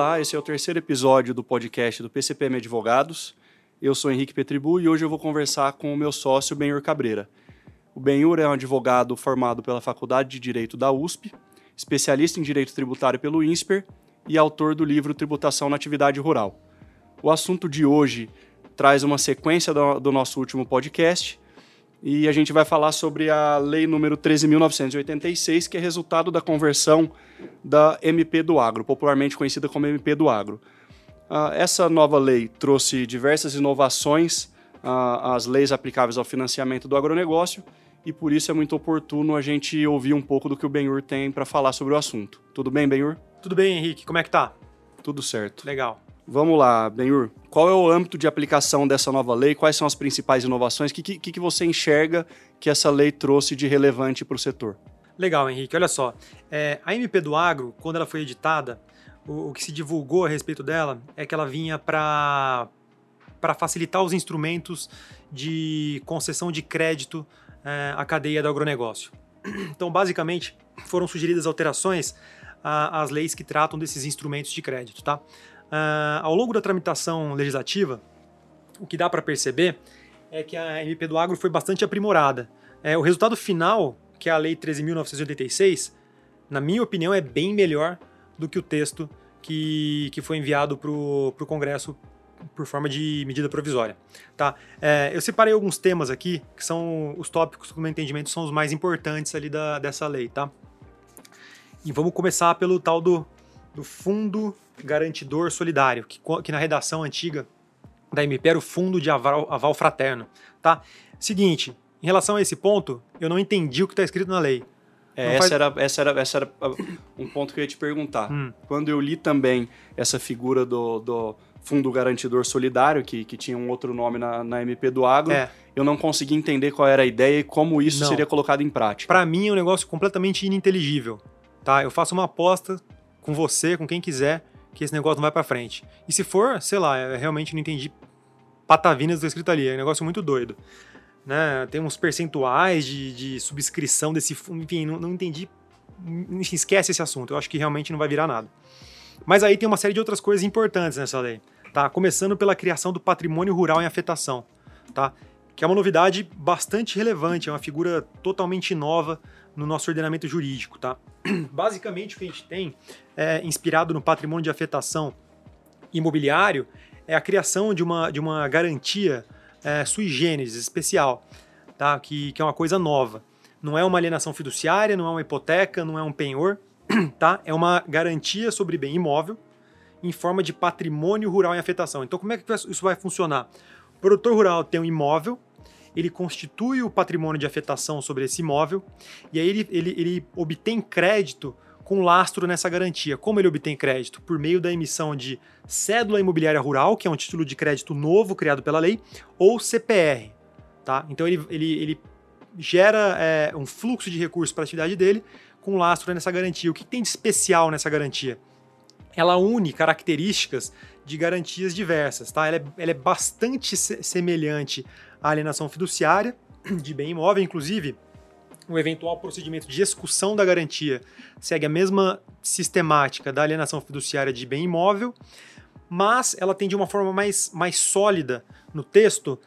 Olá, esse é o terceiro episódio do podcast do PCPM Advogados. Eu sou Henrique Petribu e hoje eu vou conversar com o meu sócio, Benhur Cabreira. O Benhur é um advogado formado pela Faculdade de Direito da USP, especialista em Direito Tributário pelo INSPER e autor do livro Tributação na Atividade Rural. O assunto de hoje traz uma sequência do nosso último podcast e a gente vai falar sobre a Lei número 13.986, que é resultado da conversão da MP do Agro, popularmente conhecida como MP do Agro. Essa nova lei trouxe diversas inovações às leis aplicáveis ao financiamento do agronegócio e por isso é muito oportuno a gente ouvir um pouco do que o Benhur tem para falar sobre o assunto. Tudo bem, Benhur? Tudo bem, Henrique. Como é que tá? Tudo certo. Legal. Vamos lá, Benhur. Qual é o âmbito de aplicação dessa nova lei? Quais são as principais inovações? O que você enxerga que essa lei trouxe de relevante para o setor? Legal, Henrique. Olha só. A MP do Agro, quando ela foi editada, o que se divulgou a respeito dela é que ela vinha para facilitar os instrumentos de concessão de crédito à cadeia do agronegócio. Então, basicamente, foram sugeridas alterações às leis que tratam desses instrumentos de crédito, tá? Ao longo da tramitação legislativa, o que dá para perceber é que a MP do Agro foi bastante aprimorada. O resultado final, que é a Lei 13.986, na minha opinião, é bem melhor do que o texto que foi enviado para o Congresso por forma de medida provisória. Tá? Eu separei alguns temas aqui, que são os tópicos que, no meu entendimento, são os mais importantes ali dessa lei. Tá? E vamos começar pelo tal do Fundo Garantidor Solidário, que na redação antiga da MP era o Fundo de Aval Fraterno. Tá? Seguinte, em relação a esse ponto, eu não entendi o que está escrito na lei. Esse era um ponto que eu ia te perguntar. Quando eu li também essa figura do Fundo Garantidor Solidário, que tinha um outro nome na MP do Agro, eu não consegui entender qual era a ideia e como isso seria colocado em prática. Para mim é um negócio completamente ininteligível. Tá? Eu faço uma aposta com você, com quem quiser, que esse negócio não vai para frente. E se for, sei lá, eu realmente não entendi patavinas do que está escrito ali. É um negócio muito doido. Né? Tem uns percentuais de subscrição desse fundo, enfim, não entendi. Enfim, esquece esse assunto. Eu acho que realmente não vai virar nada. Mas aí tem uma série de outras coisas importantes nessa lei. Tá? Começando pela criação do patrimônio rural em afetação. Tá? Que é uma novidade bastante relevante, é uma figura totalmente nova no nosso ordenamento jurídico. Tá? Basicamente, o que a gente tem, inspirado no patrimônio de afetação imobiliário, é a criação de uma garantia sui generis, especial, tá? Que é uma coisa nova. Não é uma alienação fiduciária, não é uma hipoteca, não é um penhor, tá? É uma garantia sobre bem imóvel em forma de patrimônio rural em afetação. Então, como é que isso vai funcionar? O produtor rural tem um imóvel, ele constitui o patrimônio de afetação sobre esse imóvel e aí ele obtém crédito com lastro nessa garantia. Como ele obtém crédito? Por meio da emissão de cédula imobiliária rural, que é um título de crédito novo criado pela lei, ou CPR. Tá? Então ele gera um fluxo de recursos para a atividade dele com lastro nessa garantia. O que tem de especial nessa garantia? Ela une características de garantias diversas. Tá? Ela é bastante semelhante à alienação fiduciária de bem imóvel, inclusive um eventual procedimento de execução da garantia segue a mesma sistemática da alienação fiduciária de bem imóvel, mas ela tem de uma forma mais sólida no texto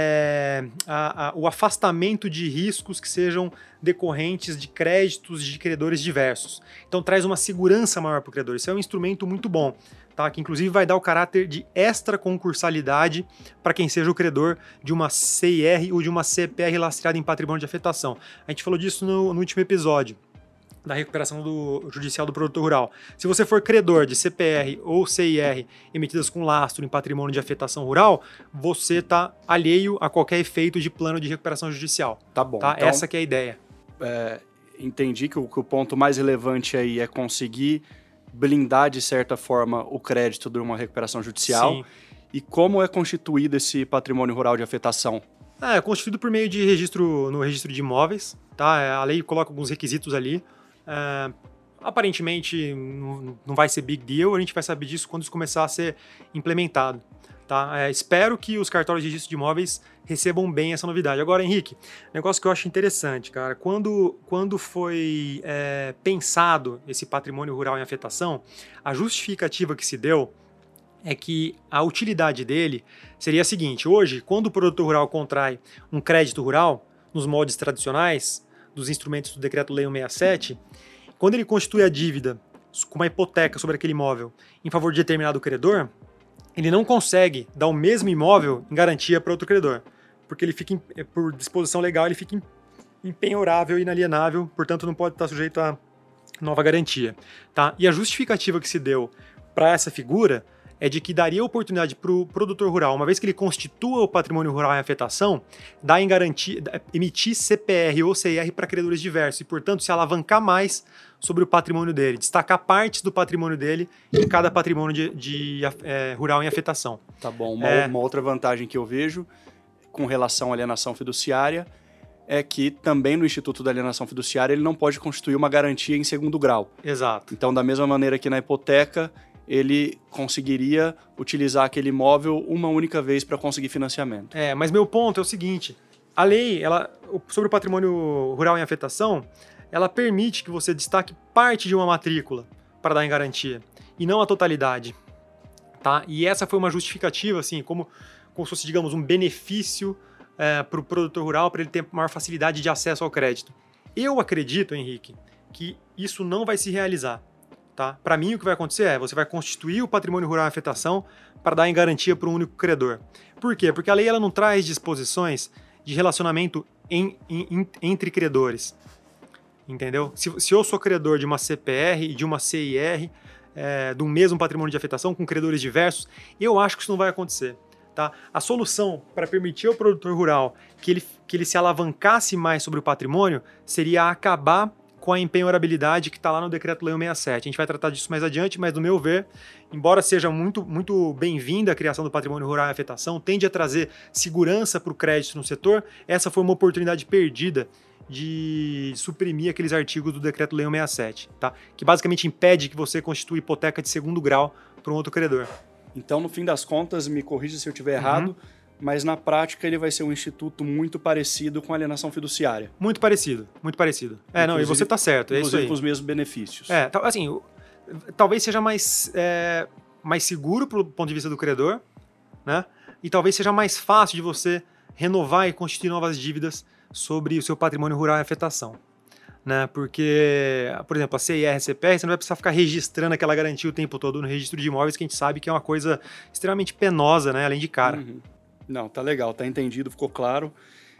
o afastamento de riscos que sejam decorrentes de créditos de credores diversos. Então traz uma segurança maior para o credor. Isso é um instrumento muito bom, tá? Que inclusive vai dar o caráter de extra-concursalidade para quem seja o credor de uma CIR ou de uma CPR lastreada em patrimônio de afetação. A gente falou disso no último episódio da recuperação judicial do produtor rural. Se você for credor de CPR ou CIR emitidas com lastro em patrimônio de afetação rural, você está alheio a qualquer efeito de plano de recuperação judicial. Tá bom. Tá? Então, essa que é a ideia. Entendi que o ponto mais relevante aí é conseguir blindar, de certa forma, o crédito de uma recuperação judicial. Sim. E como é constituído esse patrimônio rural de afetação? É constituído por meio de registro no registro de imóveis. Tá? A lei coloca alguns requisitos ali. Aparentemente não vai ser big deal, a gente vai saber disso quando isso começar a ser implementado. Tá? Espero que os cartórios de registro de imóveis recebam bem essa novidade. Agora, Henrique, negócio que eu acho interessante, cara, quando foi pensado esse patrimônio rural em afetação, a justificativa que se deu é que a utilidade dele seria a seguinte: hoje, quando o produtor rural contrai um crédito rural, nos moldes tradicionais dos instrumentos do Decreto-Lei 167, quando ele constitui a dívida com uma hipoteca sobre aquele imóvel em favor de determinado credor, ele não consegue dar o mesmo imóvel em garantia para outro credor, porque ele fica, por disposição legal, ele fica impenhorável e inalienável, portanto não pode estar sujeito a nova garantia. Tá? E a justificativa que se deu para essa figura é de que daria oportunidade para o produtor rural, uma vez que ele constitua o patrimônio rural em afetação, dar em garantia, emitir CPR ou CIR para credores diversos e, portanto, se alavancar mais sobre o patrimônio dele, destacar partes do patrimônio dele em cada patrimônio rural em afetação. Tá bom. Uma outra vantagem que eu vejo com relação à alienação fiduciária é que também no Instituto da Alienação Fiduciária ele não pode constituir uma garantia em segundo grau. Exato. Então, da mesma maneira que na hipoteca, ele conseguiria utilizar aquele imóvel uma única vez para conseguir financiamento. Mas meu ponto é o seguinte: a lei sobre o patrimônio rural em afetação, ela permite que você destaque parte de uma matrícula para dar em garantia, e não a totalidade. Tá? E essa foi uma justificativa, assim, como se fosse, digamos, um benefício para o produtor rural, para ele ter maior facilidade de acesso ao crédito. Eu acredito, Henrique, que isso não vai se realizar. Tá? Para mim, o que vai acontecer você vai constituir o patrimônio rural em afetação para dar em garantia para um único credor. Por quê? Porque a lei ela não traz disposições de relacionamento entre credores. Entendeu? Se eu sou credor de uma CPR e de uma CIR, do mesmo patrimônio de afetação, com credores diversos, eu acho que isso não vai acontecer. Tá? A solução para permitir ao produtor rural que ele se alavancasse mais sobre o patrimônio seria acabar com a empenhorabilidade que está lá no Decreto-Lei 167. A gente vai tratar disso mais adiante, mas, no meu ver, embora seja muito, muito bem-vinda a criação do patrimônio rural em afetação, tende a trazer segurança para o crédito no setor, essa foi uma oportunidade perdida de suprimir aqueles artigos do Decreto-Lei 167, tá? Que basicamente impede que você constitua hipoteca de segundo grau para um outro credor. Então, no fim das contas, me corrija se eu estiver errado, mas na prática ele vai ser um instituto muito parecido com a alienação fiduciária. Muito parecido, muito parecido. Não, e você está certo, é isso aí. Com os mesmos benefícios. Assim, talvez seja mais seguro do ponto de vista do credor, né? E talvez seja mais fácil de você renovar e constituir novas dívidas sobre o seu patrimônio rural em afetação. Né? Porque, por exemplo, a CIR, a CPR, você não vai precisar ficar registrando aquela garantia o tempo todo no registro de imóveis, que a gente sabe que é uma coisa extremamente penosa, né? Além de cara. Não, tá legal, tá entendido, ficou claro.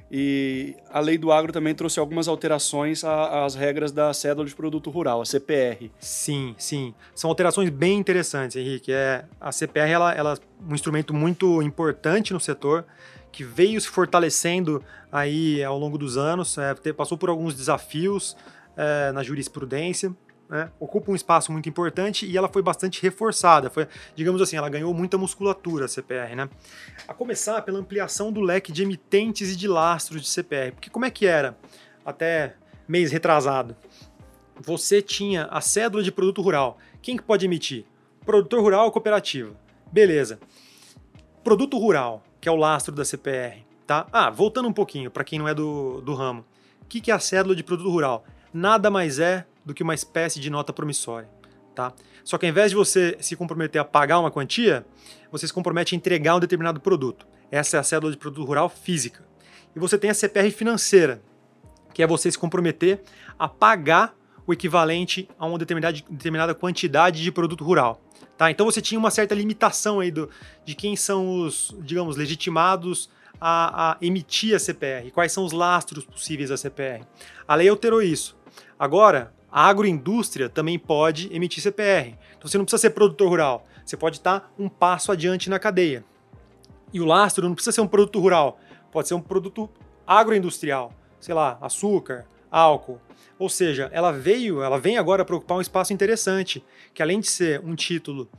E a Lei do Agro também trouxe algumas alterações às regras da cédula de produto rural, a CPR. Sim. São alterações bem interessantes, Henrique. A CPR ela é um instrumento muito importante no setor, que veio se fortalecendo aí ao longo dos anos, passou por alguns desafios na jurisprudência, né? Ocupa um espaço muito importante e ela foi bastante reforçada. Digamos assim, ela ganhou muita musculatura, a CPR, né? A começar pela ampliação do leque de emitentes e de lastros de CPR. Porque como é que era até mês retrasado? Você tinha a cédula de produto rural. Quem que pode emitir? Produtor rural ou cooperativa. Beleza. Produto rural, que é o lastro da CPR. Tá? Voltando um pouquinho, para quem não é do ramo. O que é a cédula de produto rural? Nada mais é do que uma espécie de nota promissória. Tá? Só que ao invés de você se comprometer a pagar uma quantia, você se compromete a entregar um determinado produto. Essa é a cédula de produto rural física. E você tem a CPR financeira, que é você se comprometer a pagar o equivalente a uma determinada quantidade de produto rural. Tá? Então você tinha uma certa limitação aí de quem são os, digamos, legitimados a emitir a CPR, quais são os lastros possíveis da CPR. A lei alterou isso. Agora, a agroindústria também pode emitir CPR. Então você não precisa ser produtor rural, você pode estar um passo adiante na cadeia. E o lastro não precisa ser um produto rural, pode ser um produto agroindustrial, sei lá, açúcar, álcool. Ou seja, ela vem agora para ocupar um espaço interessante, que além de ser um título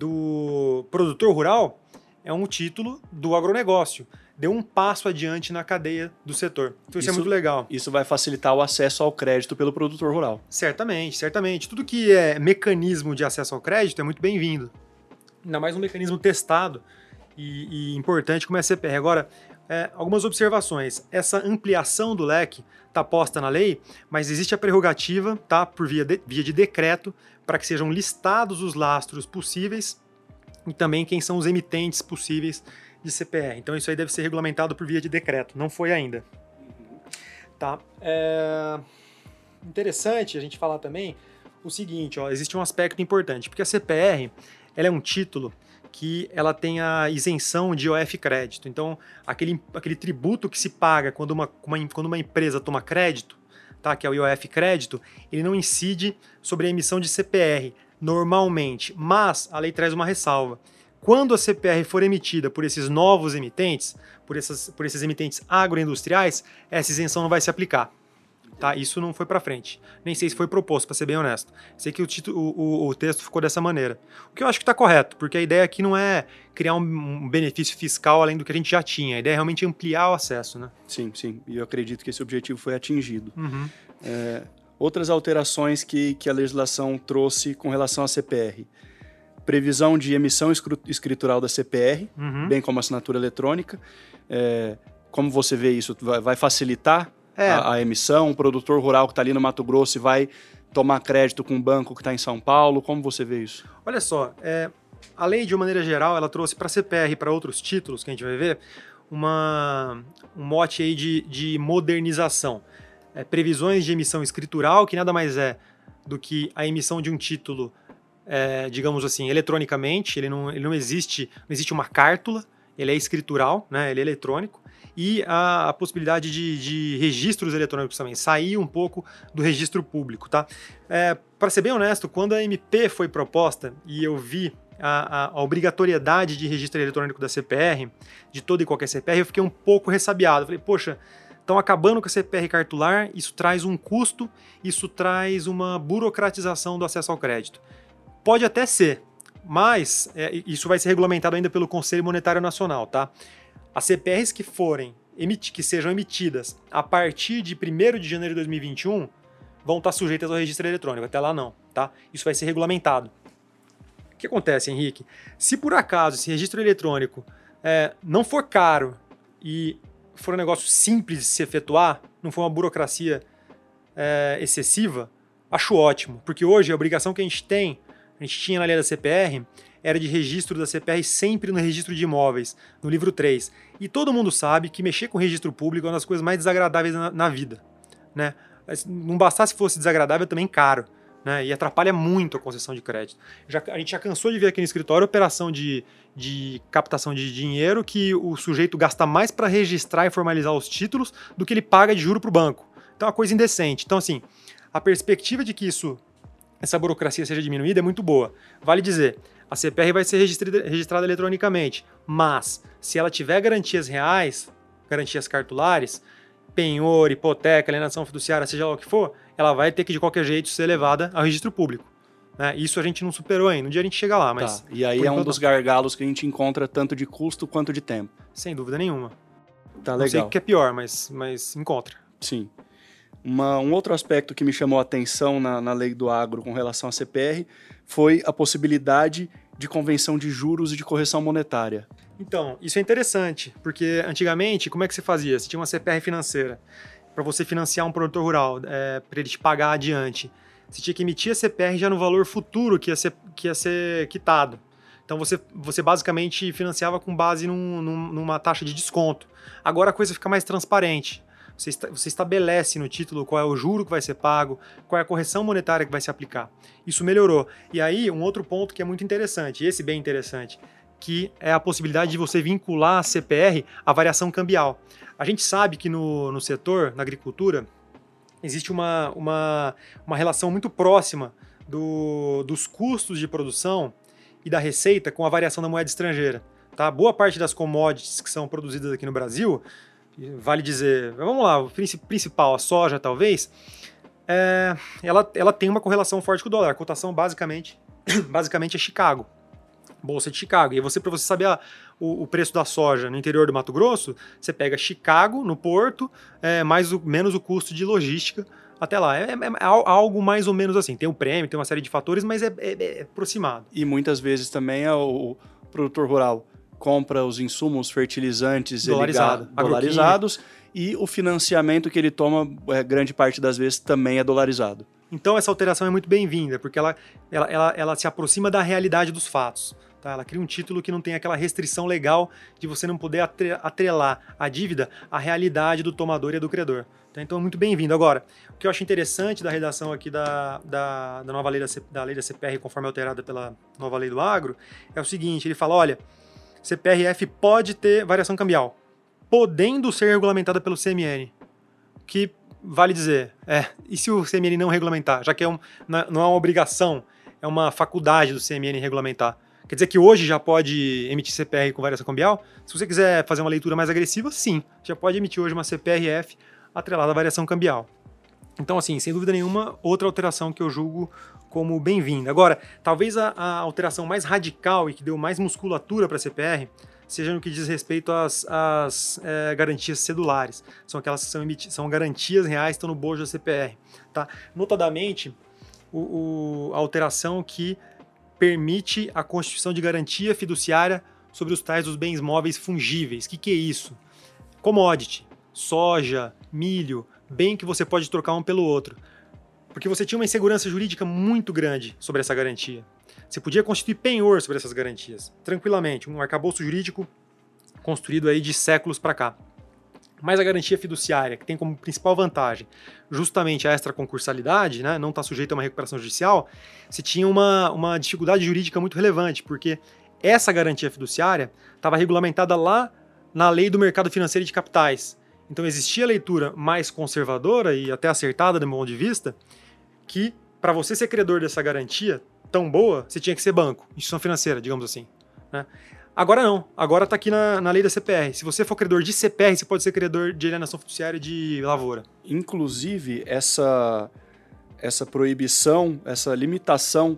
do produtor rural, é um título do agronegócio. Deu um passo adiante na cadeia do setor. Então isso é muito legal. Isso vai facilitar o acesso ao crédito pelo produtor rural. Certamente. Tudo que é mecanismo de acesso ao crédito é muito bem-vindo. Ainda mais um mecanismo testado e importante como é a CPR. Agora, algumas observações. Essa ampliação do leque está posta na lei, mas existe a prerrogativa, tá, por via de decreto, para que sejam listados os lastros possíveis e também quem são os emitentes possíveis de CPR. Então isso aí deve ser regulamentado por via de decreto, não foi ainda. Tá. Interessante a gente falar também o seguinte, ó, existe um aspecto importante, porque a CPR ela é um título que ela tem a isenção de IOF crédito. Então, aquele tributo que se paga quando uma empresa toma crédito, tá, que é o IOF crédito, ele não incide sobre a emissão de CPR, normalmente. Mas a lei traz uma ressalva. Quando a CPR for emitida por esses novos emitentes, por esses emitentes agroindustriais, essa isenção não vai se aplicar. Tá? Isso não foi para frente. Nem sei se foi proposto, para ser bem honesto. Sei que o texto ficou dessa maneira. O que eu acho que está correto, porque a ideia aqui não é criar um benefício fiscal além do que a gente já tinha. A ideia é realmente ampliar o acesso, né? Sim, sim. E eu acredito que esse objetivo foi atingido. Uhum. Outras alterações que a legislação trouxe com relação à CPR. Previsão de emissão escritural da CPR, bem como assinatura eletrônica. Como você vê isso? Vai facilitar a emissão? O produtor rural que está ali no Mato Grosso e vai tomar crédito com um banco que está em São Paulo? Como você vê isso? Olha só, a lei, de uma maneira geral, ela trouxe para a CPR e para outros títulos que a gente vai ver um mote aí de modernização. Previsões de emissão escritural, que nada mais é do que a emissão de um título, digamos assim, eletronicamente. Ele não existe uma cártula, ele é escritural, né? Ele é eletrônico. E a possibilidade de registros eletrônicos também, sair um pouco do registro público, tá? Para ser bem honesto, quando a MP foi proposta e eu vi a obrigatoriedade de registro eletrônico da CPR, de toda e qualquer CPR, eu fiquei um pouco ressabiado. Falei, poxa, estão acabando com a CPR cartular, isso traz um custo, isso traz uma burocratização do acesso ao crédito. Pode até ser, mas isso vai ser regulamentado ainda pelo Conselho Monetário Nacional, tá? As CPRs que sejam emitidas a partir de 1º de janeiro de 2021 vão estar sujeitas ao registro eletrônico. Até lá não, tá? Isso vai ser regulamentado. O que acontece, Henrique? Se por acaso esse registro eletrônico não for caro e for um negócio simples de se efetuar, não for uma burocracia excessiva, acho ótimo. Porque hoje a obrigação que a gente tinha na lei da CPR, era de registro da CPR sempre no registro de imóveis, no livro 3. E todo mundo sabe que mexer com registro público é uma das coisas mais desagradáveis na vida, né? Não bastasse fosse desagradável, também caro, né? E atrapalha muito a concessão de crédito. A gente já cansou de ver aqui no escritório operação de captação de dinheiro que o sujeito gasta mais para registrar e formalizar os títulos do que ele paga de juro para o banco. Então é uma coisa indecente. Então, assim, a perspectiva de que essa burocracia seja diminuída é muito boa. Vale dizer, a CPR vai ser registrada eletronicamente, mas se ela tiver garantias reais, garantias cartulares, penhor, hipoteca, alienação fiduciária, seja lá o que for, ela vai ter que de qualquer jeito ser levada ao registro público. Né? Isso a gente não superou ainda, um dia a gente chega lá, mas... Tá. E aí é um dos gargalos que a gente encontra tanto de custo quanto de tempo. Sem dúvida nenhuma. Tá legal. Não sei o que é pior, mas encontra. Sim. Um outro aspecto que me chamou a atenção na lei do agro com relação à CPR foi a possibilidade de convenção de juros e de correção monetária. Então, isso é interessante, porque antigamente, como é que se fazia? Você tinha uma CPR financeira para você financiar um produtor rural, para ele te pagar adiante. Você tinha que emitir a CPR já no valor futuro que ia ser quitado. Então você basicamente financiava com base numa taxa de desconto. Agora a coisa fica mais transparente. Você estabelece no título qual é o juro que vai ser pago, qual é a correção monetária que vai se aplicar. Isso melhorou. E aí, um outro ponto que é muito interessante, esse bem interessante, que é a possibilidade de você vincular a CPR à variação cambial. A gente sabe que no setor, na agricultura, existe uma relação muito próxima dos custos de produção e da receita com a variação da moeda estrangeira. Tá? Boa parte das commodities que são produzidas aqui no Brasil, vale dizer, vamos lá, o principal, a soja talvez, ela tem uma correlação forte com o dólar. A cotação basicamente é Chicago, Bolsa de Chicago. E para você saber o preço da soja no interior do Mato Grosso, você pega Chicago no porto, menos o custo de logística até lá. É algo mais ou menos assim. Tem um prêmio, tem uma série de fatores, mas é aproximado. E muitas vezes também o produtor rural compra os insumos fertilizantes Dolarizado. dolarizados e o financiamento que ele toma, grande parte das vezes, também é dolarizado. Então essa alteração é muito bem-vinda, porque ela se aproxima da realidade dos fatos. Tá? Ela cria um título que não tem aquela restrição legal de você não poder atrelar a dívida à realidade do tomador e do credor. Tá? Então é muito bem-vindo. Agora, o que eu acho interessante da redação aqui da nova lei da lei da CPR, conforme alterada pela nova lei do agro, é o seguinte, ele fala, olha, CPRF pode ter variação cambial, podendo ser regulamentada pelo CMN, que vale dizer, e se o CMN não regulamentar, já que não é uma obrigação, é uma faculdade do CMN regulamentar. Quer dizer que hoje já pode emitir CPR com variação cambial? Se você quiser fazer uma leitura mais agressiva, sim, já pode emitir hoje uma CPRF atrelada à variação cambial. Então, assim, sem dúvida nenhuma, outra alteração que eu julgo como bem-vinda. Agora, talvez a alteração mais radical e que deu mais musculatura para a CPR seja no que diz respeito às garantias cedulares. São aquelas que são garantias reais que estão no bojo da CPR. Tá? Notadamente, a alteração que permite a constituição de garantia fiduciária sobre os tais dos bens móveis fungíveis. O que é isso? Commodity, soja, milho, bem que você pode trocar um pelo outro. Porque você tinha uma insegurança jurídica muito grande sobre essa garantia. Você podia constituir penhor sobre essas garantias, tranquilamente, um arcabouço jurídico construído aí de séculos para cá. Mas a garantia fiduciária, que tem como principal vantagem justamente a extraconcursalidade, né, não está sujeito a uma recuperação judicial, você tinha uma dificuldade jurídica muito relevante, porque essa garantia fiduciária estava regulamentada lá na lei do mercado financeiro de capitais. Então existia a leitura mais conservadora e até acertada, do meu ponto de vista, que para você ser credor dessa garantia tão boa, você tinha que ser banco, instituição financeira, digamos assim. Né? Agora não, agora está aqui na lei da CPR. Se você for credor de CPR, você pode ser credor de alienação fiduciária de lavoura. Inclusive, essa proibição, essa limitação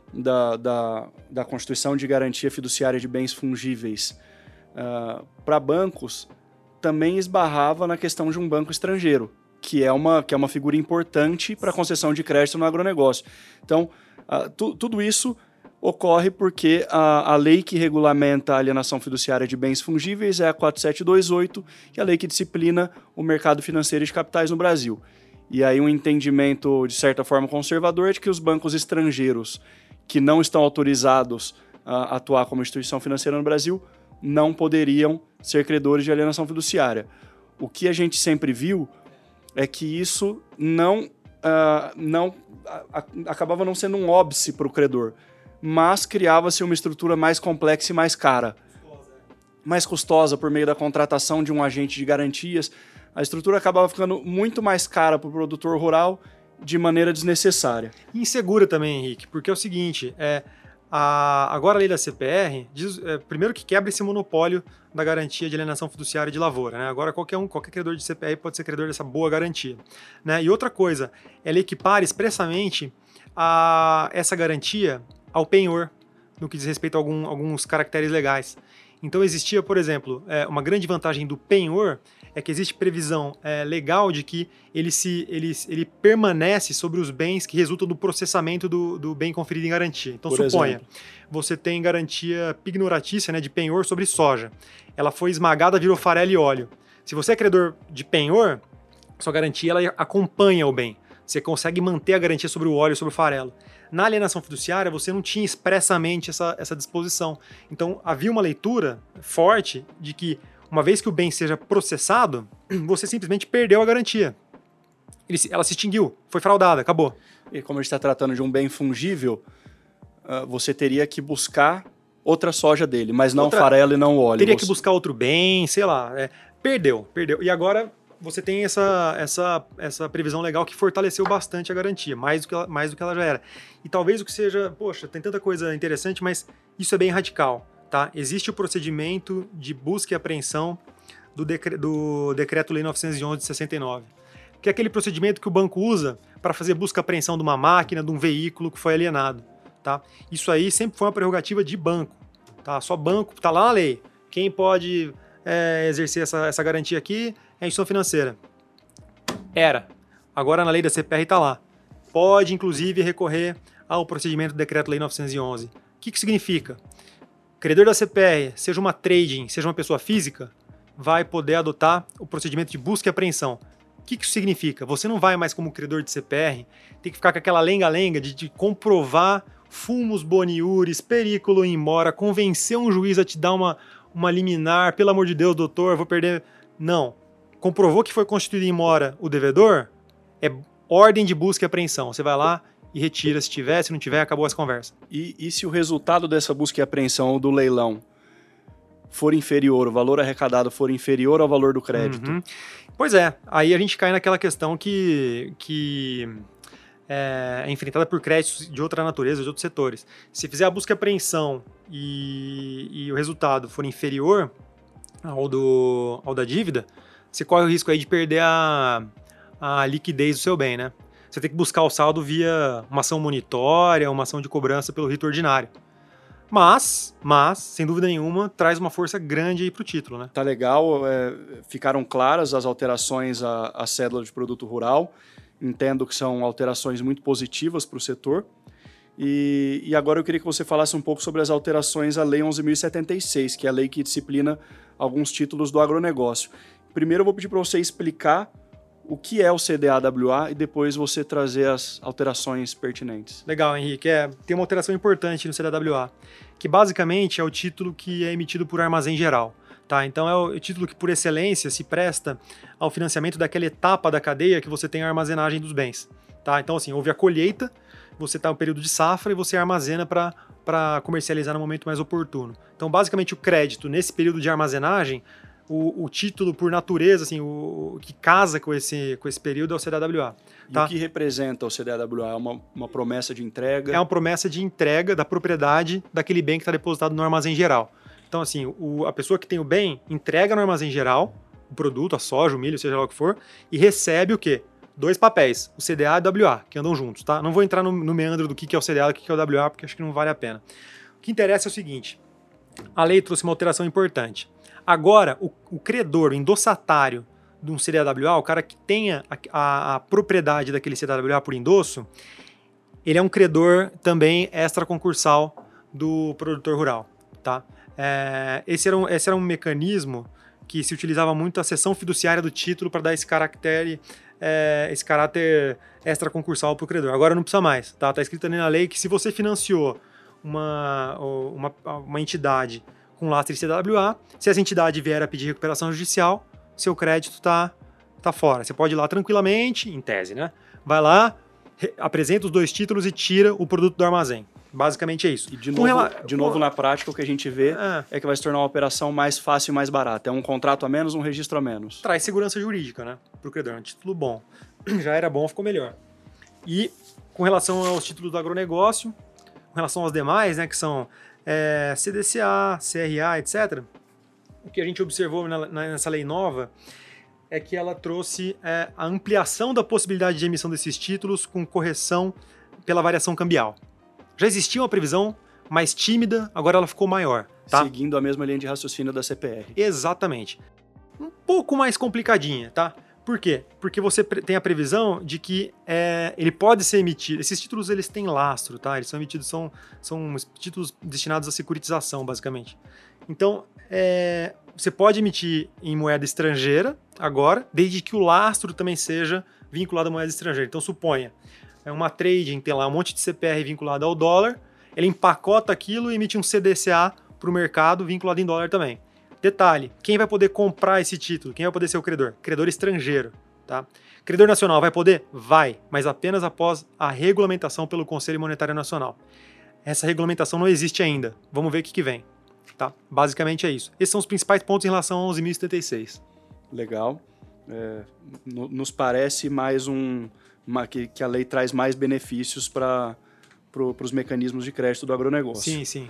da constituição de garantia fiduciária de bens fungíveis para bancos também esbarrava na questão de um banco estrangeiro, que é uma figura importante para a concessão de crédito no agronegócio. Então, tudo isso ocorre porque a lei que regulamenta a alienação fiduciária de bens fungíveis é a 4728, que é a lei que disciplina o mercado financeiro de capitais no Brasil. E aí um entendimento, de certa forma, conservador é de que os bancos estrangeiros que não estão autorizados a atuar como instituição financeira no Brasil não poderiam ser credores de alienação fiduciária. O que a gente sempre viu é que isso acabava não sendo um óbice para o credor, mas criava-se uma estrutura mais complexa e mais cara. Mais custosa por meio da contratação de um agente de garantias. A estrutura acabava ficando muito mais cara para o produtor rural de maneira desnecessária. E insegura também, Henrique, porque é o seguinte, agora a lei da CPR diz, primeiro que quebra esse monopólio da garantia de alienação fiduciária de lavoura. Né? Agora qualquer credor de CPR pode ser credor dessa boa garantia. Né? E outra coisa, ela equipara expressamente essa garantia ao penhor, no que diz respeito a alguns caracteres legais. Então existia, por exemplo, uma grande vantagem do penhor é que existe previsão legal de que ele permanece sobre os bens que resultam do processamento do bem conferido em garantia. Então, suponha, você tem garantia pignoratícia, né, de penhor sobre soja. Ela foi esmagada, virou farelo e óleo. Se você é credor de penhor, sua garantia ela acompanha o bem. Você consegue manter a garantia sobre o óleo e sobre o farelo. Na alienação fiduciária, você não tinha expressamente essa disposição. Então, havia uma leitura forte de que, uma vez que o bem seja processado, você simplesmente perdeu a garantia. Ela se extinguiu, foi fraudada, acabou. E como a gente está tratando de um bem fungível, você teria que buscar outra soja dele, mas não farelo e não óleo. Teria que buscar outro bem, sei lá. Perdeu. E agora você tem essa previsão legal que fortaleceu bastante a garantia, mais do que ela já era. E talvez o que seja, poxa, tem tanta coisa interessante, mas isso é bem radical. Tá? Existe o procedimento de busca e apreensão do Decreto-Lei 911 de 69, que é aquele procedimento que o banco usa para fazer busca e apreensão de uma máquina, de um veículo que foi alienado. Tá? Isso aí sempre foi uma prerrogativa de banco. Tá? Só banco, está lá na lei. Quem pode exercer essa garantia aqui é a instituição financeira. Agora na lei da CPR está lá. Pode, inclusive, recorrer ao procedimento do Decreto-Lei 911. O que significa? credor da CPR, seja uma trading, seja uma pessoa física, vai poder adotar o procedimento de busca e apreensão. O que isso significa? Você não vai mais como credor de CPR ter que ficar com aquela lenga-lenga de comprovar fumus boniuris, periculo in mora, convencer um juiz a te dar uma liminar, pelo amor de Deus, doutor, eu vou perder. Não. Comprovou que foi constituído in mora o devedor, é ordem de busca e apreensão. Você vai lá e retira se tiver, se não tiver, acabou essa conversa. E se o resultado dessa busca e apreensão ou do leilão for inferior, o valor arrecadado for inferior ao valor do crédito? Uhum. Pois é, aí a gente cai naquela questão que é enfrentada por créditos de outra natureza, de outros setores. Se fizer a busca e apreensão e o resultado for inferior ao da dívida, você corre o risco aí de perder a liquidez do seu bem, né? Você tem que buscar o saldo via uma ação monitória, uma ação de cobrança pelo rito ordinário. Mas, sem dúvida nenhuma, traz uma força grande aí para o título, né? Tá legal, ficaram claras as alterações à cédula de produto rural. Entendo que são alterações muito positivas para o setor. E agora eu queria que você falasse um pouco sobre as alterações à Lei 11.076, que é a lei que disciplina alguns títulos do agronegócio. Primeiro eu vou pedir para você explicar o que é o CDAWA e depois você trazer as alterações pertinentes. Legal, Henrique. Tem uma alteração importante no CDAWA, que basicamente é o título que é emitido por armazém geral. Tá? Então é o título que, por excelência, se presta ao financiamento daquela etapa da cadeia que você tem a armazenagem dos bens. Tá? Então, assim, houve a colheita, você está no período de safra e você armazena para comercializar no momento mais oportuno. Então, basicamente, o crédito nesse período de armazenagem, o título por natureza, assim, o que casa com esse período é o CDAWA. Tá? E o que representa o CDAWA? É uma promessa de entrega? É uma promessa de entrega da propriedade daquele bem que está depositado no armazém geral. Então, assim, a pessoa que tem o bem entrega no armazém geral o produto, a soja, o milho, seja lá o que for, e recebe o quê? 2 papéis, o CDA e o WA, que andam juntos, tá? Não vou entrar no meandro do que é o CDA e o que é o WA, porque acho que não vale a pena. O que interessa é o seguinte, a lei trouxe uma alteração importante. Agora, o credor, o endossatário de um CDAWA, o cara que tenha a propriedade daquele CDAWA por endosso, ele é um credor também extraconcursal do produtor rural, tá? Esse era um mecanismo que se utilizava muito a cessão fiduciária do título para dar esse caráter extraconcursal para o credor. Agora não precisa mais, tá? Tá escrito ali na lei que se você financiou uma entidade com lastro de CDAWA, se essa entidade vier a pedir recuperação judicial, seu crédito tá fora. Você pode ir lá tranquilamente, em tese, né? Vai lá, apresenta os 2 títulos e tira o produto do armazém. Basicamente é isso. E de novo, na prática, o que a gente vê é que vai se tornar uma operação mais fácil e mais barata. É um contrato a menos, um registro a menos. Traz segurança jurídica, né? Para o credor. Um título bom. Já era bom, ficou melhor. E com relação aos títulos do agronegócio, com relação aos demais, né, que são CDCA, CRA, etc., o que a gente observou nessa lei nova é que ela trouxe a ampliação da possibilidade de emissão desses títulos com correção pela variação cambial. Já existia uma previsão mais tímida, agora ela ficou maior. Tá? Seguindo a mesma linha de raciocínio da CPR. Exatamente. Um pouco mais complicadinha, tá? Por quê? Porque você tem a previsão de que ele pode ser emitido. Esses títulos eles têm lastro, tá? Eles são emitidos, são títulos destinados à securitização, basicamente. Então, você pode emitir em moeda estrangeira agora, desde que o lastro também seja vinculado à moeda estrangeira. Então, suponha, uma trading tem lá um monte de CPR vinculado ao dólar, ele empacota aquilo e emite um CDCA para o mercado vinculado em dólar também. Detalhe, quem vai poder comprar esse título? Quem vai poder ser o credor? Credor estrangeiro, tá? Credor nacional vai poder? Vai, mas apenas após a regulamentação pelo Conselho Monetário Nacional. Essa regulamentação não existe ainda. Vamos ver o que vem, tá? Basicamente é isso. Esses são os principais pontos em relação a 11.076. Legal. Nos parece mais que a lei traz mais benefícios para os mecanismos de crédito do agronegócio. Sim, sim.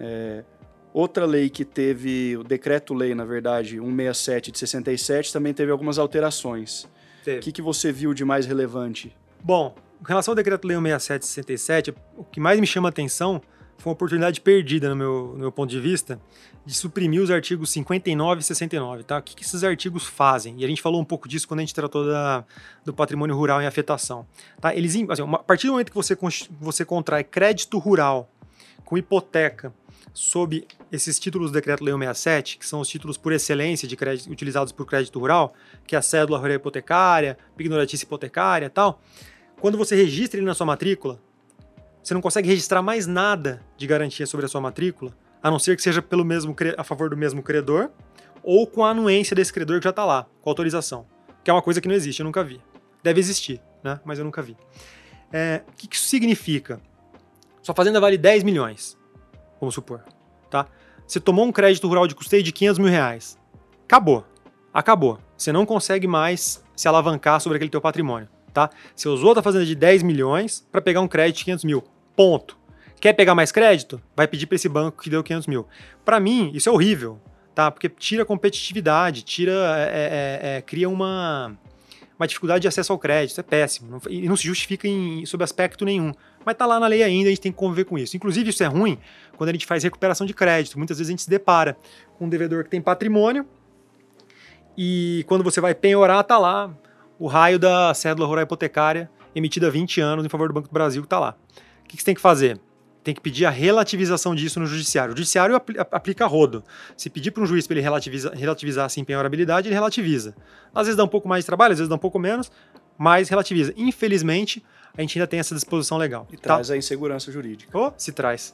Outra lei que teve, o decreto-lei, na verdade, 167 de 67, também teve algumas alterações. O que você viu de mais relevante? Bom, com relação ao decreto-lei 167 de 67, o que mais me chama a atenção foi uma oportunidade perdida, no meu ponto de vista, de suprimir os artigos 59 e 69. Tá? O que esses artigos fazem? E a gente falou um pouco disso quando a gente tratou do patrimônio rural em afetação. Tá? Eles, assim, a partir do momento que você contrai crédito rural com hipoteca sob esses títulos do Decreto-Lei 167, que são os títulos por excelência de crédito, utilizados por crédito rural, que é a cédula rural hipotecária, ignorantícia hipotecária e tal, quando você registra ele na sua matrícula, você não consegue registrar mais nada de garantia sobre a sua matrícula, a não ser que seja a favor do mesmo credor ou com a anuência desse credor que já está lá, com autorização, que é uma coisa que não existe, eu nunca vi. Deve existir, né? Mas eu nunca vi. O que isso significa? Sua fazenda vale 10 milhões, vamos supor. Tá? Você tomou um crédito rural de custeio de 500 mil reais. Acabou. Você não consegue mais se alavancar sobre aquele teu patrimônio. Tá? Você usou a fazenda de 10 milhões para pegar um crédito de 500 mil. Ponto. Quer pegar mais crédito? Vai pedir para esse banco que deu 500 mil. Para mim, isso é horrível. Tá? Porque tira competitividade, cria uma dificuldade de acesso ao crédito. Isso é péssimo. E não se justifica sob aspecto nenhum. Mas tá lá na lei ainda, a gente tem que conviver com isso. Inclusive, isso é ruim quando a gente faz recuperação de crédito. Muitas vezes a gente se depara com um devedor que tem patrimônio e quando você vai penhorar, tá lá o raio da cédula rural hipotecária emitida há 20 anos em favor do Banco do Brasil, que tá lá. O que você tem que fazer? Tem que pedir a relativização disso no judiciário. O judiciário aplica rodo. Se pedir para um juiz para ele relativizar assim, penhorabilidade, ele relativiza. Às vezes dá um pouco mais de trabalho, às vezes dá um pouco menos, mas relativiza. Infelizmente, a gente ainda tem essa disposição legal. E traz a insegurança jurídica. Se traz.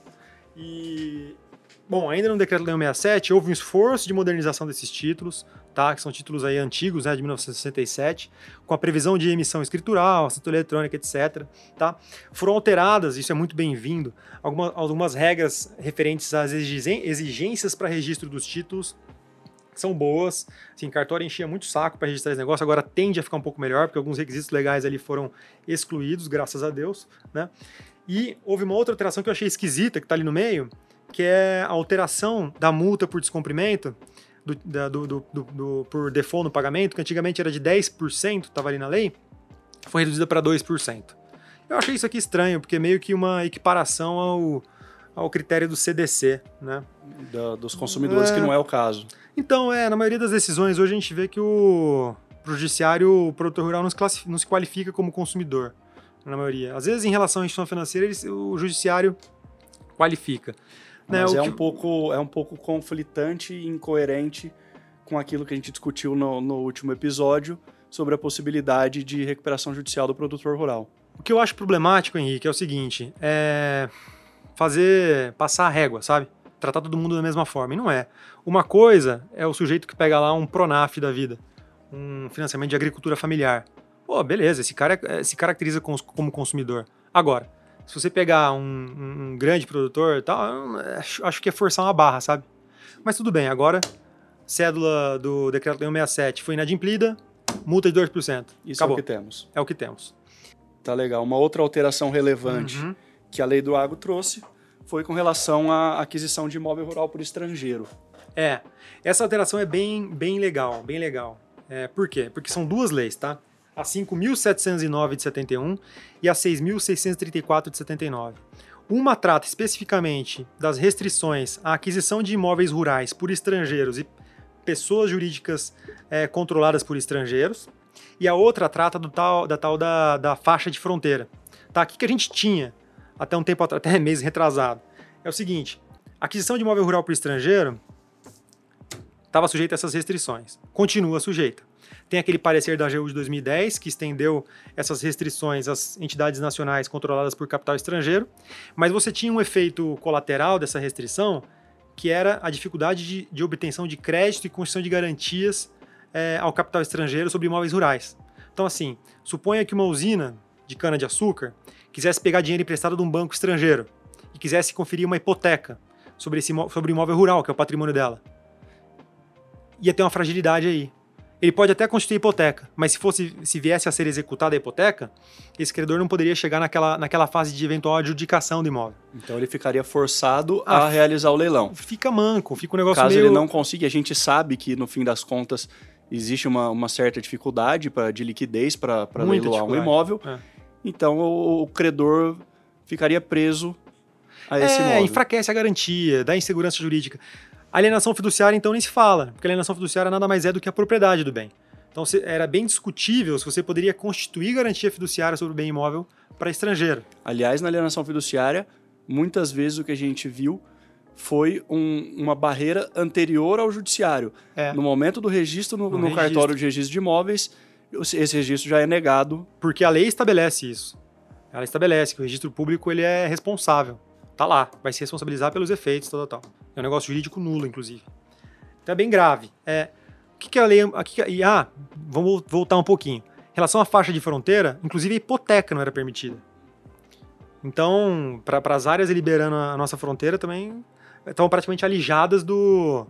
Bom, ainda no Decreto-Lei 167, houve um esforço de modernização desses títulos, tá? Que são títulos aí antigos, né, de 1967, com a previsão de emissão escritural, assinatura eletrônica, etc. Tá? Foram alteradas, isso é muito bem-vindo, algumas regras referentes às exigências para registro dos títulos, que são boas. Assim, cartório enchia muito saco para registrar esse negócio, agora tende a ficar um pouco melhor, porque alguns requisitos legais ali foram excluídos, graças a Deus, né? E houve uma outra alteração que eu achei esquisita, que está ali no meio, que é a alteração da multa por descumprimento, por default no pagamento, que antigamente era de 10%, estava ali na lei, foi reduzida para 2%. Eu achei isso aqui estranho, porque é meio que uma equiparação ao critério do CDC, né? Dos consumidores, que não é o caso. Então, na maioria das decisões, hoje a gente vê que pro judiciário, o produtor rural não se qualifica como consumidor, na maioria. Às vezes, em relação à instituição financeira, o judiciário qualifica. Mas um pouco conflitante e incoerente com aquilo que a gente discutiu no último episódio sobre a possibilidade de recuperação judicial do produtor rural. O que eu acho problemático, Henrique, é o seguinte, passar a régua, sabe? Tratar todo mundo da mesma forma, e não é. Uma coisa é o sujeito que pega lá um Pronaf da vida, um financiamento de agricultura familiar. Pô, beleza, esse cara se caracteriza como consumidor. Agora, se você pegar um grande produtor e tal, acho que é forçar uma barra, sabe? Mas tudo bem, agora, cédula do Decreto-Lei 167 foi inadimplida, multa de 2%. Isso acabou. É o que temos. É o que temos. Tá legal. Uma outra alteração relevante que a Lei do Agro trouxe foi com relação à aquisição de imóvel rural por estrangeiro. Essa alteração é bem legal, bem legal. Por quê? Porque são duas leis, tá? A 5.709 de 71 e a 6.634 de 79. Uma trata especificamente das restrições à aquisição de imóveis rurais por estrangeiros e pessoas jurídicas controladas por estrangeiros, e a outra trata da faixa de fronteira. Tá? O que a gente tinha até um tempo atrás, até mês retrasado, é o seguinte: a aquisição de imóvel rural por estrangeiro estava sujeita a essas restrições, continua sujeita. Tem aquele parecer da AGU de 2010, que estendeu essas restrições às entidades nacionais controladas por capital estrangeiro, mas você tinha um efeito colateral dessa restrição, que era a dificuldade de obtenção de crédito e construção de garantias ao capital estrangeiro sobre imóveis rurais. Então, assim, suponha que uma usina de cana-de-açúcar quisesse pegar dinheiro emprestado de um banco estrangeiro e quisesse conferir uma hipoteca sobre o imóvel rural, que é o patrimônio dela. Ia ter uma fragilidade aí. Ele pode até constituir hipoteca, mas se viesse a ser executada a hipoteca, esse credor não poderia chegar naquela fase de eventual adjudicação do imóvel. Então ele ficaria forçado a realizar o leilão. Fica manco, fica um negócio Caso ele não consiga, a gente sabe que no fim das contas existe uma certa dificuldade de liquidez para leiloar um imóvel. Então o credor ficaria preso a esse imóvel. Enfraquece a garantia, dá insegurança jurídica. Alienação fiduciária, então, nem se fala, porque a alienação fiduciária nada mais é do que a propriedade do bem. Então, era bem discutível se você poderia constituir garantia fiduciária sobre o bem imóvel para estrangeiro. Aliás, na alienação fiduciária, muitas vezes o que a gente viu foi uma barreira anterior ao judiciário. No momento do registro no cartório de registro de imóveis, esse registro já é negado. Porque a lei estabelece isso. Ela estabelece que o registro público ele é responsável. Tá lá, vai se responsabilizar pelos efeitos, tal. É um negócio jurídico nulo, inclusive. Então é bem grave. O que a lei... vamos voltar um pouquinho. Em relação à faixa de fronteira, inclusive a hipoteca não era permitida. Então, para as áreas liberando a nossa fronteira também estão praticamente alijadas do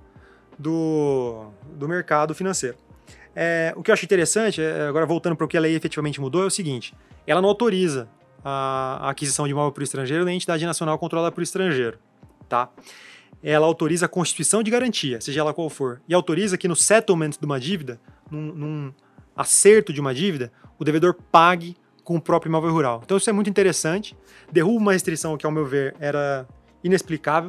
mercado financeiro. O que eu acho interessante, agora voltando para o que a lei efetivamente mudou, é o seguinte: ela não autoriza a aquisição de imóvel por estrangeiro nem entidade nacional controlada por estrangeiro. Tá? Ela autoriza a constituição de garantia, seja ela qual for, e autoriza que no settlement de uma dívida, num acerto de uma dívida, o devedor pague com o próprio imóvel rural. Então isso é muito interessante, derruba uma restrição que, ao meu ver, era inexplicável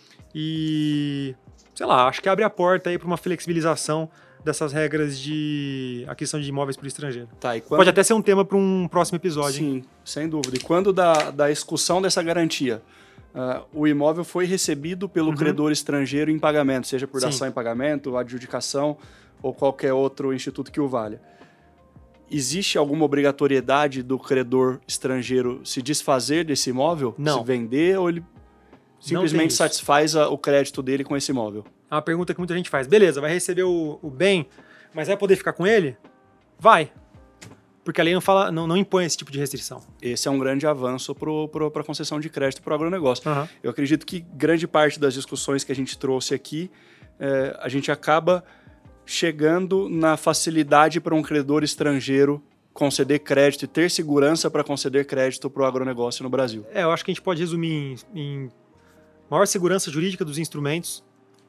e, sei lá, acho que abre a porta aí para uma flexibilização dessas regras de aquisição de imóveis por estrangeiro. Tá, e pode até ser um tema para um próximo episódio. Sim, hein? Sem dúvida. E quando da execução dessa garantia, o imóvel foi recebido pelo credor estrangeiro em pagamento, seja por dação em pagamento, adjudicação ou qualquer outro instituto que o valha. Existe alguma obrigatoriedade do credor estrangeiro se desfazer desse imóvel? Não. Se vender, ou ele simplesmente satisfaz o crédito dele com esse imóvel? É uma pergunta que muita gente faz. Beleza, vai receber o bem, mas vai poder ficar com ele? Vai. Porque a lei não impõe esse tipo de restrição. Esse é um grande avanço para a concessão de crédito para o agronegócio. Uhum. Eu acredito que grande parte das discussões que a gente trouxe aqui, a gente acaba chegando na facilidade para um credor estrangeiro conceder crédito e ter segurança para conceder crédito para o agronegócio no Brasil. Eu acho que a gente pode resumir em maior segurança jurídica dos instrumentos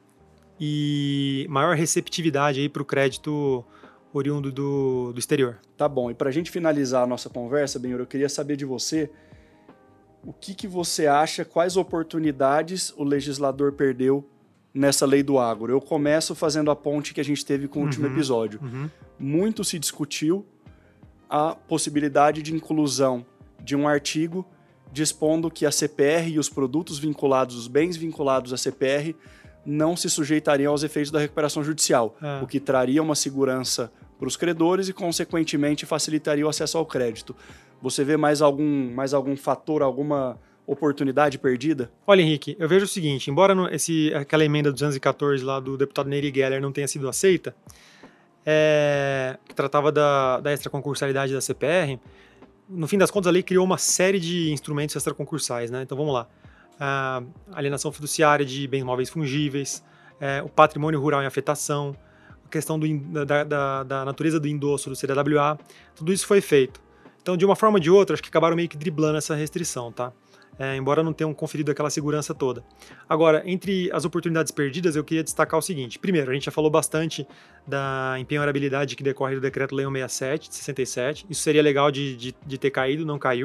e maior receptividade para o crédito oriundo do exterior. Tá bom, e para a gente finalizar a nossa conversa, Benhur, eu queria saber de você o que você acha, quais oportunidades o legislador perdeu nessa lei do agro. Eu começo fazendo a ponte que a gente teve com o último episódio. Muito se discutiu a possibilidade de inclusão de um artigo dispondo que a CPR e os produtos vinculados, os bens vinculados à CPR, não se sujeitariam aos efeitos da recuperação judicial, o que traria uma segurança para os credores e, consequentemente, facilitaria o acesso ao crédito. Você vê mais algum fator, alguma oportunidade perdida? Olha, Henrique, eu vejo o seguinte: embora aquela emenda 214 lá do deputado Nery Geller não tenha sido aceita, que tratava da extraconcursalidade da CPR, no fim das contas a lei criou uma série de instrumentos extraconcursais, né? Então vamos lá. A alienação fiduciária de bens móveis fungíveis, o patrimônio rural em afetação, a questão da natureza do endosso do CDWA, tudo isso foi feito. Então, de uma forma ou de outra, acho que acabaram meio que driblando essa restrição, tá? Embora não tenham conferido aquela segurança toda. Agora, entre as oportunidades perdidas, eu queria destacar o seguinte. Primeiro, a gente já falou bastante da empenhorabilidade que decorre do Decreto-Lei 167, de 67. Isso seria legal de ter caído, não caiu.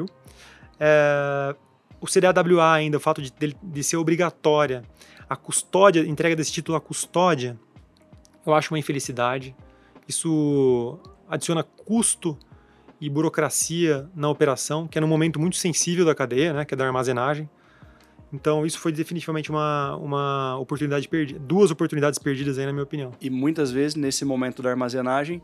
O CDWA ainda, o fato de ser obrigatória a custódia, entrega desse título à custódia, eu acho uma infelicidade. Isso adiciona custo e burocracia na operação, que é num momento muito sensível da cadeia, né, que é da armazenagem. Então isso foi definitivamente uma oportunidade perdida, duas oportunidades perdidas aí, na minha opinião. E muitas vezes, nesse momento da armazenagem,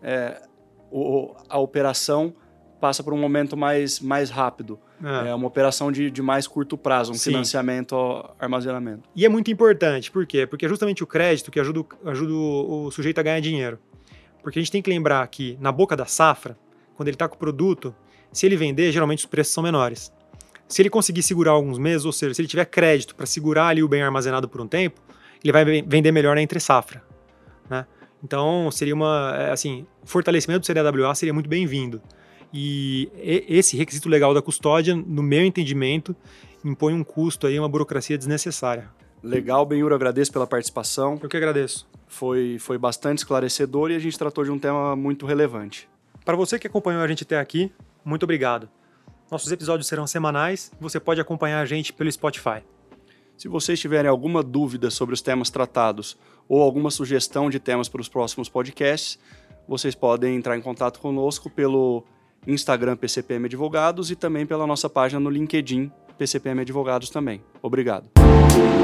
a operação passa por um momento mais rápido. É uma operação de mais curto prazo, um financiamento ao armazenamento. E é muito importante, por quê? Porque é justamente o crédito que ajuda o sujeito a ganhar dinheiro. Porque a gente tem que lembrar que, na boca da safra, quando ele está com o produto, se ele vender, geralmente os preços são menores. Se ele conseguir segurar alguns meses, ou seja, se ele tiver crédito para segurar ali o bem armazenado por um tempo, ele vai vender melhor na entre-safra, né? Então, seria o fortalecimento do CDWA seria muito bem-vindo. E esse requisito legal da custódia, no meu entendimento, impõe um custo aí, uma burocracia desnecessária. Legal, Benhur, agradeço pela participação. Eu que agradeço. Foi bastante esclarecedor e a gente tratou de um tema muito relevante. Para você que acompanhou a gente até aqui, muito obrigado. Nossos episódios serão semanais e você pode acompanhar a gente pelo Spotify. Se vocês tiverem alguma dúvida sobre os temas tratados ou alguma sugestão de temas para os próximos podcasts, vocês podem entrar em contato conosco pelo Instagram PCPM Advogados e também pela nossa página no LinkedIn, PCPM Advogados também. Obrigado.